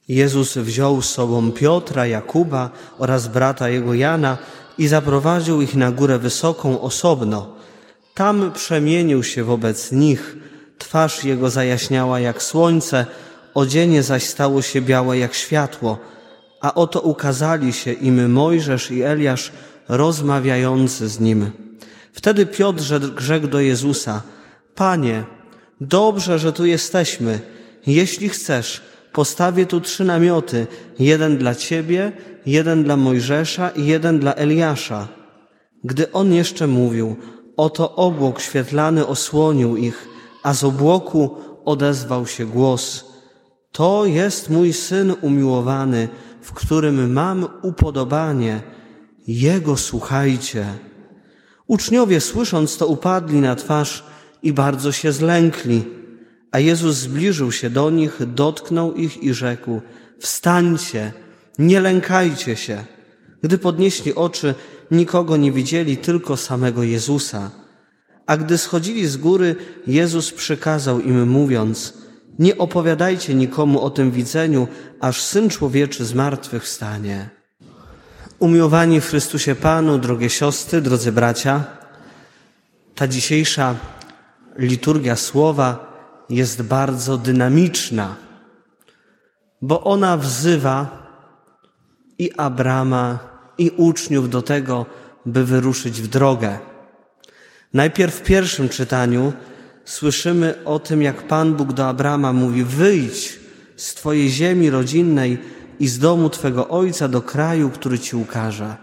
Jezus wziął z sobą Piotra, Jakuba oraz brata jego Jana i zaprowadził ich na górę wysoką osobno. Tam przemienił się wobec nich, twarz jego zajaśniała jak słońce, odzienie zaś stało się białe jak światło, a oto ukazali się im Mojżesz i Eliasz rozmawiający z nim. Wtedy Piotr rzekł do Jezusa: Panie, dobrze, że tu jesteśmy. Jeśli chcesz, postawię tu 3 namioty, jeden dla Ciebie, jeden dla Mojżesza i jeden dla Eliasza. Gdy on jeszcze mówił, oto obłok świetlany osłonił ich, a z obłoku odezwał się głos: To jest mój Syn umiłowany, w którym mam upodobanie. Jego słuchajcie. Uczniowie, słysząc to, upadli na twarz i bardzo się zlękli. A Jezus zbliżył się do nich, dotknął ich i rzekł: Wstańcie, nie lękajcie się. Gdy podnieśli oczy, nikogo nie widzieli, tylko samego Jezusa. A gdy schodzili z góry, Jezus przykazał im, mówiąc: Nie opowiadajcie nikomu o tym widzeniu, aż Syn Człowieczy zmartwychwstanie. Umiłowani w Chrystusie Panu, drogie siostry, drodzy bracia, ta dzisiejsza liturgia słowa jest bardzo dynamiczna, bo ona wzywa i Abrama, i uczniów do tego, by wyruszyć w drogę. Najpierw w pierwszym czytaniu słyszymy o tym, jak Pan Bóg do Abrama mówi: wyjdź z twojej ziemi rodzinnej i z domu twego ojca do kraju, który ci ukaże.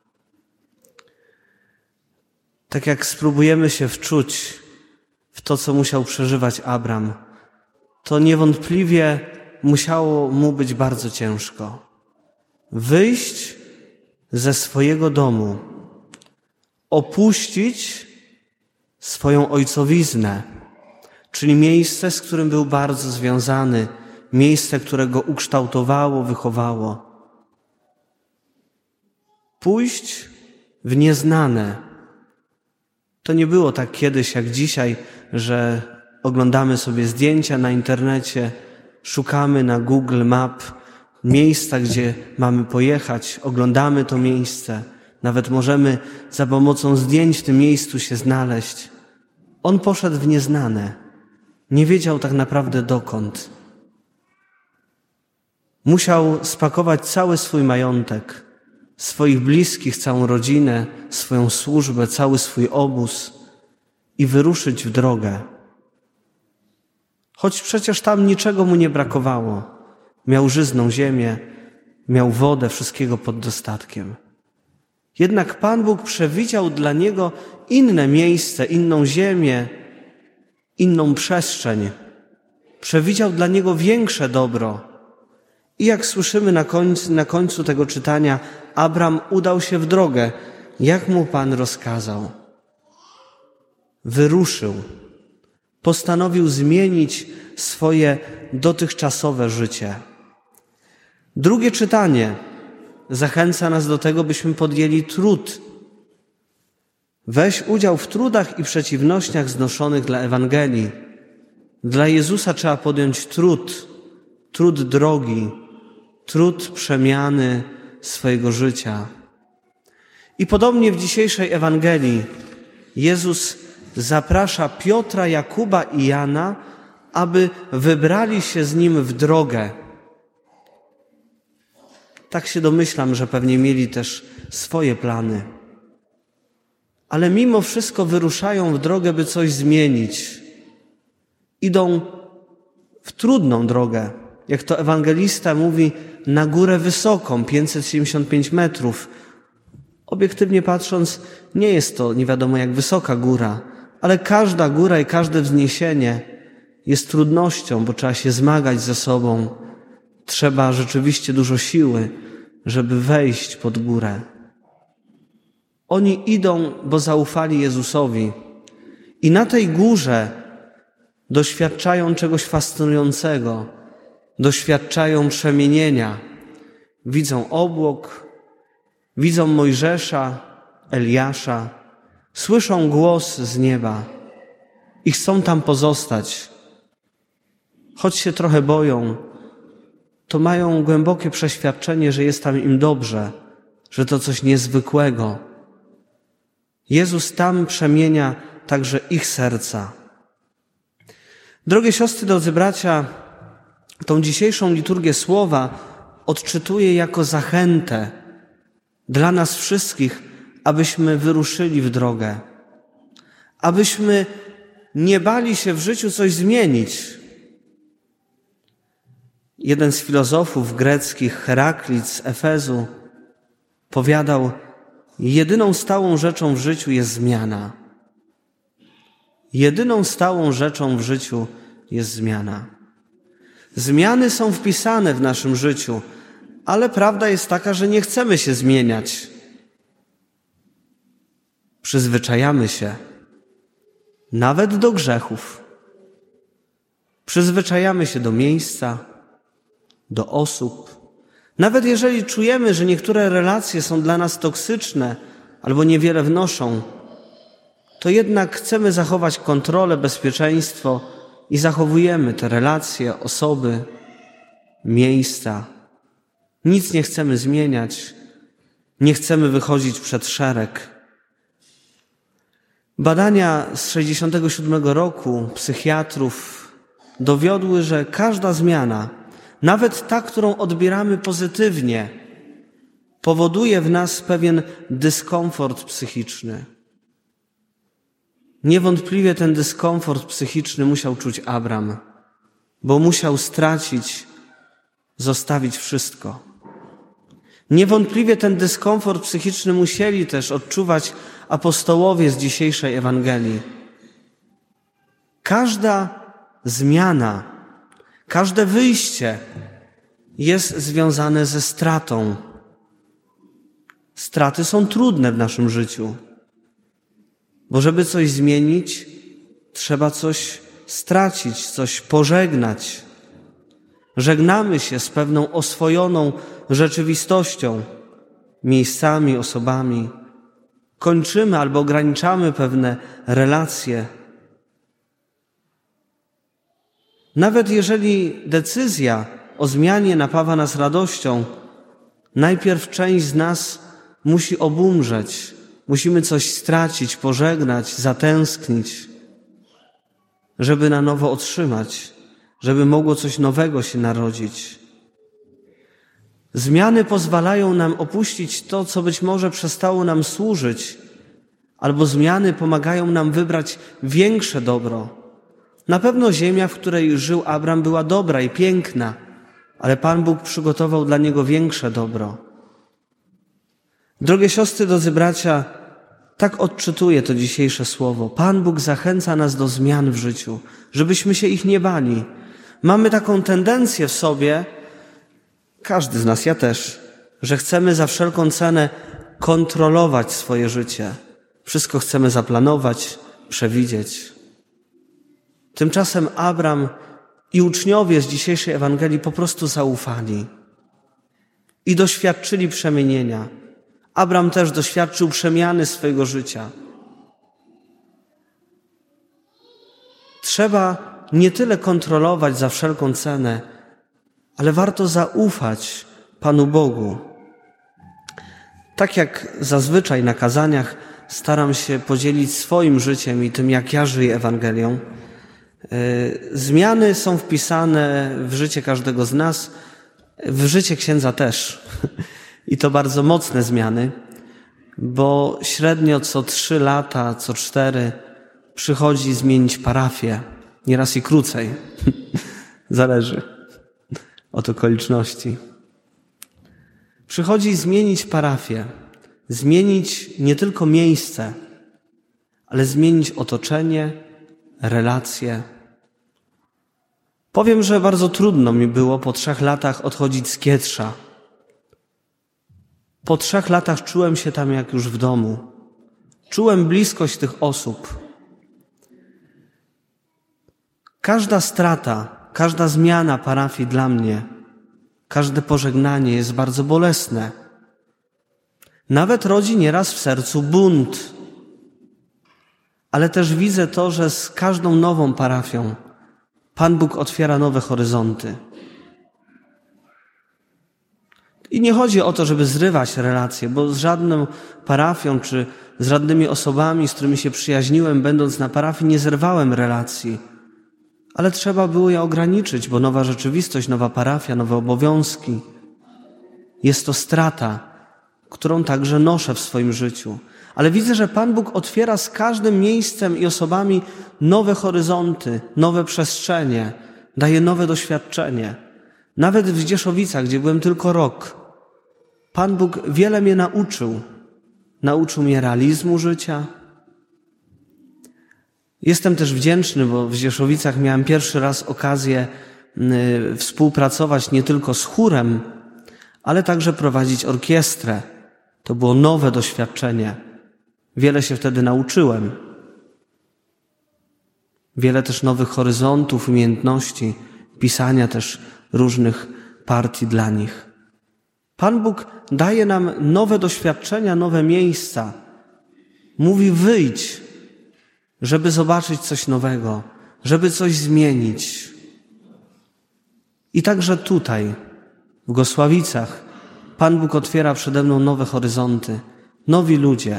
Tak jak spróbujemy się wczuć w to, co musiał przeżywać Abram, to niewątpliwie musiało mu być bardzo ciężko. Wyjść ze swojego domu, opuścić swoją ojcowiznę, czyli miejsce, z którym był bardzo związany, miejsce, które go ukształtowało, wychowało. Pójść w nieznane. To nie było tak kiedyś jak dzisiaj, że oglądamy sobie zdjęcia na internecie, szukamy na Google Map miejsca, gdzie mamy pojechać, oglądamy to miejsce, nawet możemy za pomocą zdjęć w tym miejscu się znaleźć. On poszedł w nieznane, nie wiedział tak naprawdę dokąd. Musiał spakować cały swój majątek, swoich bliskich, całą rodzinę, swoją służbę, cały swój obóz i wyruszyć w drogę. Choć przecież tam niczego mu nie brakowało. Miał żyzną ziemię, miał wodę, wszystkiego pod dostatkiem. Jednak Pan Bóg przewidział dla niego inne miejsce, inną ziemię, inną przestrzeń. Przewidział dla niego większe dobro. I jak słyszymy na końcu tego czytania, Abram udał się w drogę, jak mu Pan rozkazał. Wyruszył. Postanowił zmienić swoje dotychczasowe życie. Drugie czytanie zachęca nas do tego, byśmy podjęli trud. Weź udział w trudach i przeciwnościach znoszonych dla Ewangelii. Dla Jezusa trzeba podjąć trud drogi, trud przemiany swojego życia. I podobnie w dzisiejszej Ewangelii Jezus zaprasza Piotra, Jakuba i Jana, aby wybrali się z Nim w drogę. Tak się domyślam, że pewnie mieli też swoje plany. Ale mimo wszystko wyruszają w drogę, by coś zmienić. Idą w trudną drogę. Jak to ewangelista mówi, na górę wysoką, 575 metrów. Obiektywnie patrząc, nie jest to nie wiadomo jak wysoka góra, ale każda góra i każde wzniesienie jest trudnością, bo trzeba się zmagać ze sobą. Trzeba rzeczywiście dużo siły, żeby wejść pod górę. Oni idą, bo zaufali Jezusowi. I na tej górze doświadczają czegoś fascynującego. Doświadczają przemienienia. Widzą obłok, widzą Mojżesza, Eliasza, słyszą głos z nieba i chcą tam pozostać. Choć się trochę boją, to mają głębokie przeświadczenie, że jest tam im dobrze, że to coś niezwykłego. Jezus tam przemienia także ich serca. Drogie siostry, drodzy bracia, tą dzisiejszą liturgię słowa odczytuję jako zachętę dla nas wszystkich, abyśmy wyruszyli w drogę, abyśmy nie bali się w życiu coś zmienić. Jeden z filozofów greckich, Heraklit z Efezu, powiadał: jedyną stałą rzeczą w życiu jest zmiana. Jedyną stałą rzeczą w życiu jest zmiana. Zmiany są wpisane w naszym życiu, ale prawda jest taka, że nie chcemy się zmieniać. Przyzwyczajamy się nawet do grzechów. Przyzwyczajamy się do miejsca, do osób. Nawet jeżeli czujemy, że niektóre relacje są dla nas toksyczne albo niewiele wnoszą, to jednak chcemy zachować kontrolę, bezpieczeństwo i zachowujemy te relacje, osoby, miejsca. Nic nie chcemy zmieniać, nie chcemy wychodzić przed szereg. Badania z 1967 roku psychiatrów dowiodły, że każda zmiana, nawet ta, którą odbieramy pozytywnie, powoduje w nas pewien dyskomfort psychiczny. Niewątpliwie ten dyskomfort psychiczny musiał czuć Abram, bo musiał zostawić wszystko. Niewątpliwie ten dyskomfort psychiczny musieli też odczuwać apostołowie z dzisiejszej Ewangelii. Każda zmiana, każde wyjście jest związane ze stratą. Straty są trudne w naszym życiu, bo żeby coś zmienić, trzeba coś stracić, coś pożegnać. Żegnamy się z pewną oswojoną rzeczywistością, miejscami, osobami. Kończymy albo ograniczamy pewne relacje. Nawet jeżeli decyzja o zmianie napawa nas radością, najpierw część z nas musi obumrzeć. Musimy coś stracić, pożegnać, zatęsknić, żeby na nowo otrzymać, żeby mogło coś nowego się narodzić. Zmiany pozwalają nam opuścić to, co być może przestało nam służyć, albo zmiany pomagają nam wybrać większe dobro. Na pewno ziemia, w której żył Abram, była dobra i piękna, ale Pan Bóg przygotował dla niego większe dobro. Drogie siostry, drodzy bracia, tak odczytuję to dzisiejsze słowo. Pan Bóg zachęca nas do zmian w życiu, żebyśmy się ich nie bali. Mamy taką tendencję w sobie, każdy z nas, ja też, że chcemy za wszelką cenę kontrolować swoje życie. Wszystko chcemy zaplanować, przewidzieć. Tymczasem Abram i uczniowie z dzisiejszej Ewangelii po prostu zaufali i doświadczyli przemienienia. Abram też doświadczył przemiany swojego życia. Trzeba nie tyle kontrolować za wszelką cenę, ale warto zaufać Panu Bogu. Tak jak zazwyczaj na kazaniach staram się podzielić swoim życiem i tym, jak ja żyję Ewangelią. Zmiany są wpisane w życie każdego z nas, w życie księdza też. I to bardzo mocne zmiany, bo średnio co 3 lata, co 4 przychodzi zmienić parafię. Nieraz i krócej. Zależy od okoliczności. Przychodzi zmienić parafię, zmienić nie tylko miejsce, ale zmienić otoczenie, relacje. Powiem, że bardzo trudno mi było po 3 latach odchodzić z Kietrza. Po 3 latach czułem się tam jak już w domu. Czułem bliskość tych osób. Każda strata, każda zmiana parafii dla mnie, każde pożegnanie jest bardzo bolesne. Nawet rodzi nieraz w sercu bunt. Ale też widzę to, że z każdą nową parafią Pan Bóg otwiera nowe horyzonty. I nie chodzi o to, żeby zrywać relacje, bo z żadną parafią czy z żadnymi osobami, z którymi się przyjaźniłem, będąc na parafii, nie zerwałem relacji. Ale trzeba było je ograniczyć, bo nowa rzeczywistość, nowa parafia, nowe obowiązki. Jest to strata, którą także noszę w swoim życiu. Ale widzę, że Pan Bóg otwiera z każdym miejscem i osobami nowe horyzonty, nowe przestrzenie, daje nowe doświadczenie. Nawet w Zdzieszowicach, gdzie byłem tylko rok, Pan Bóg wiele mnie nauczył. Nauczył mnie realizmu życia. Jestem też wdzięczny, bo w Zdzieszowicach miałem pierwszy raz okazję współpracować nie tylko z chórem, ale także prowadzić orkiestrę. To było nowe doświadczenie. Wiele się wtedy nauczyłem. Wiele też nowych horyzontów, umiejętności, pisania też różnych partii dla nich. Pan Bóg daje nam nowe doświadczenia, nowe miejsca. Mówi: wyjdź, żeby zobaczyć coś nowego, żeby coś zmienić. I także tutaj, w Gosławicach, Pan Bóg otwiera przede mną nowe horyzonty, nowi ludzie,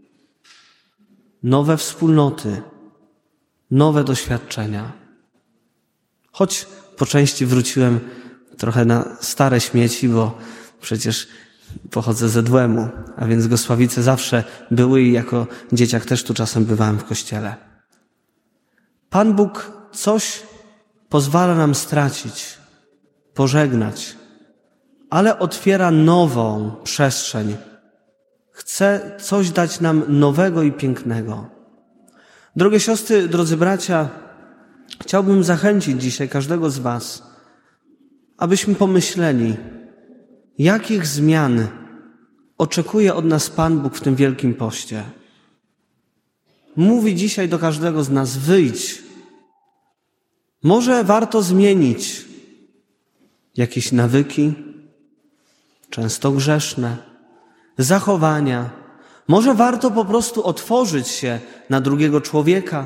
nowe wspólnoty, nowe doświadczenia. Choć po części wróciłem trochę na stare śmieci, bo przecież pochodzę z Edłemu, a więc Gosławice zawsze były i jako dzieciak też tu czasem bywałem w kościele. Pan Bóg coś pozwala nam stracić, pożegnać, ale otwiera nową przestrzeń. Chce coś dać nam nowego i pięknego. Drogie siostry, drodzy bracia, chciałbym zachęcić dzisiaj każdego z was, abyśmy pomyśleli, jakich zmian oczekuje od nas Pan Bóg w tym Wielkim Poście. Mówi dzisiaj do każdego z nas: wyjdź. Może warto zmienić jakieś nawyki, często grzeszne, zachowania. Może warto po prostu otworzyć się na drugiego człowieka,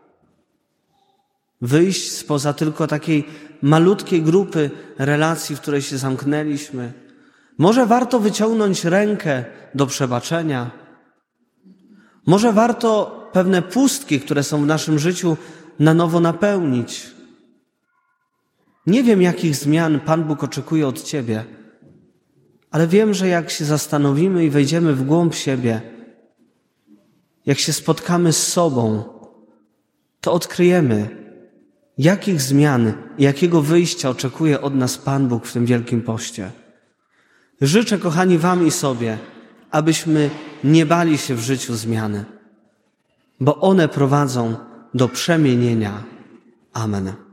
wyjść spoza tylko takiej malutkiej grupy relacji, w której się zamknęliśmy. Może warto wyciągnąć rękę do przebaczenia. Może warto pewne pustki, które są w naszym życiu, na nowo napełnić. Nie wiem, jakich zmian Pan Bóg oczekuje od ciebie, ale wiem, że jak się zastanowimy i wejdziemy w głąb siebie, jak się spotkamy z sobą, to odkryjemy, jakich zmian i jakiego wyjścia oczekuje od nas Pan Bóg w tym Wielkim Poście. Życzę, kochani, wam i sobie, abyśmy nie bali się w życiu zmiany, bo one prowadzą do przemienienia. Amen.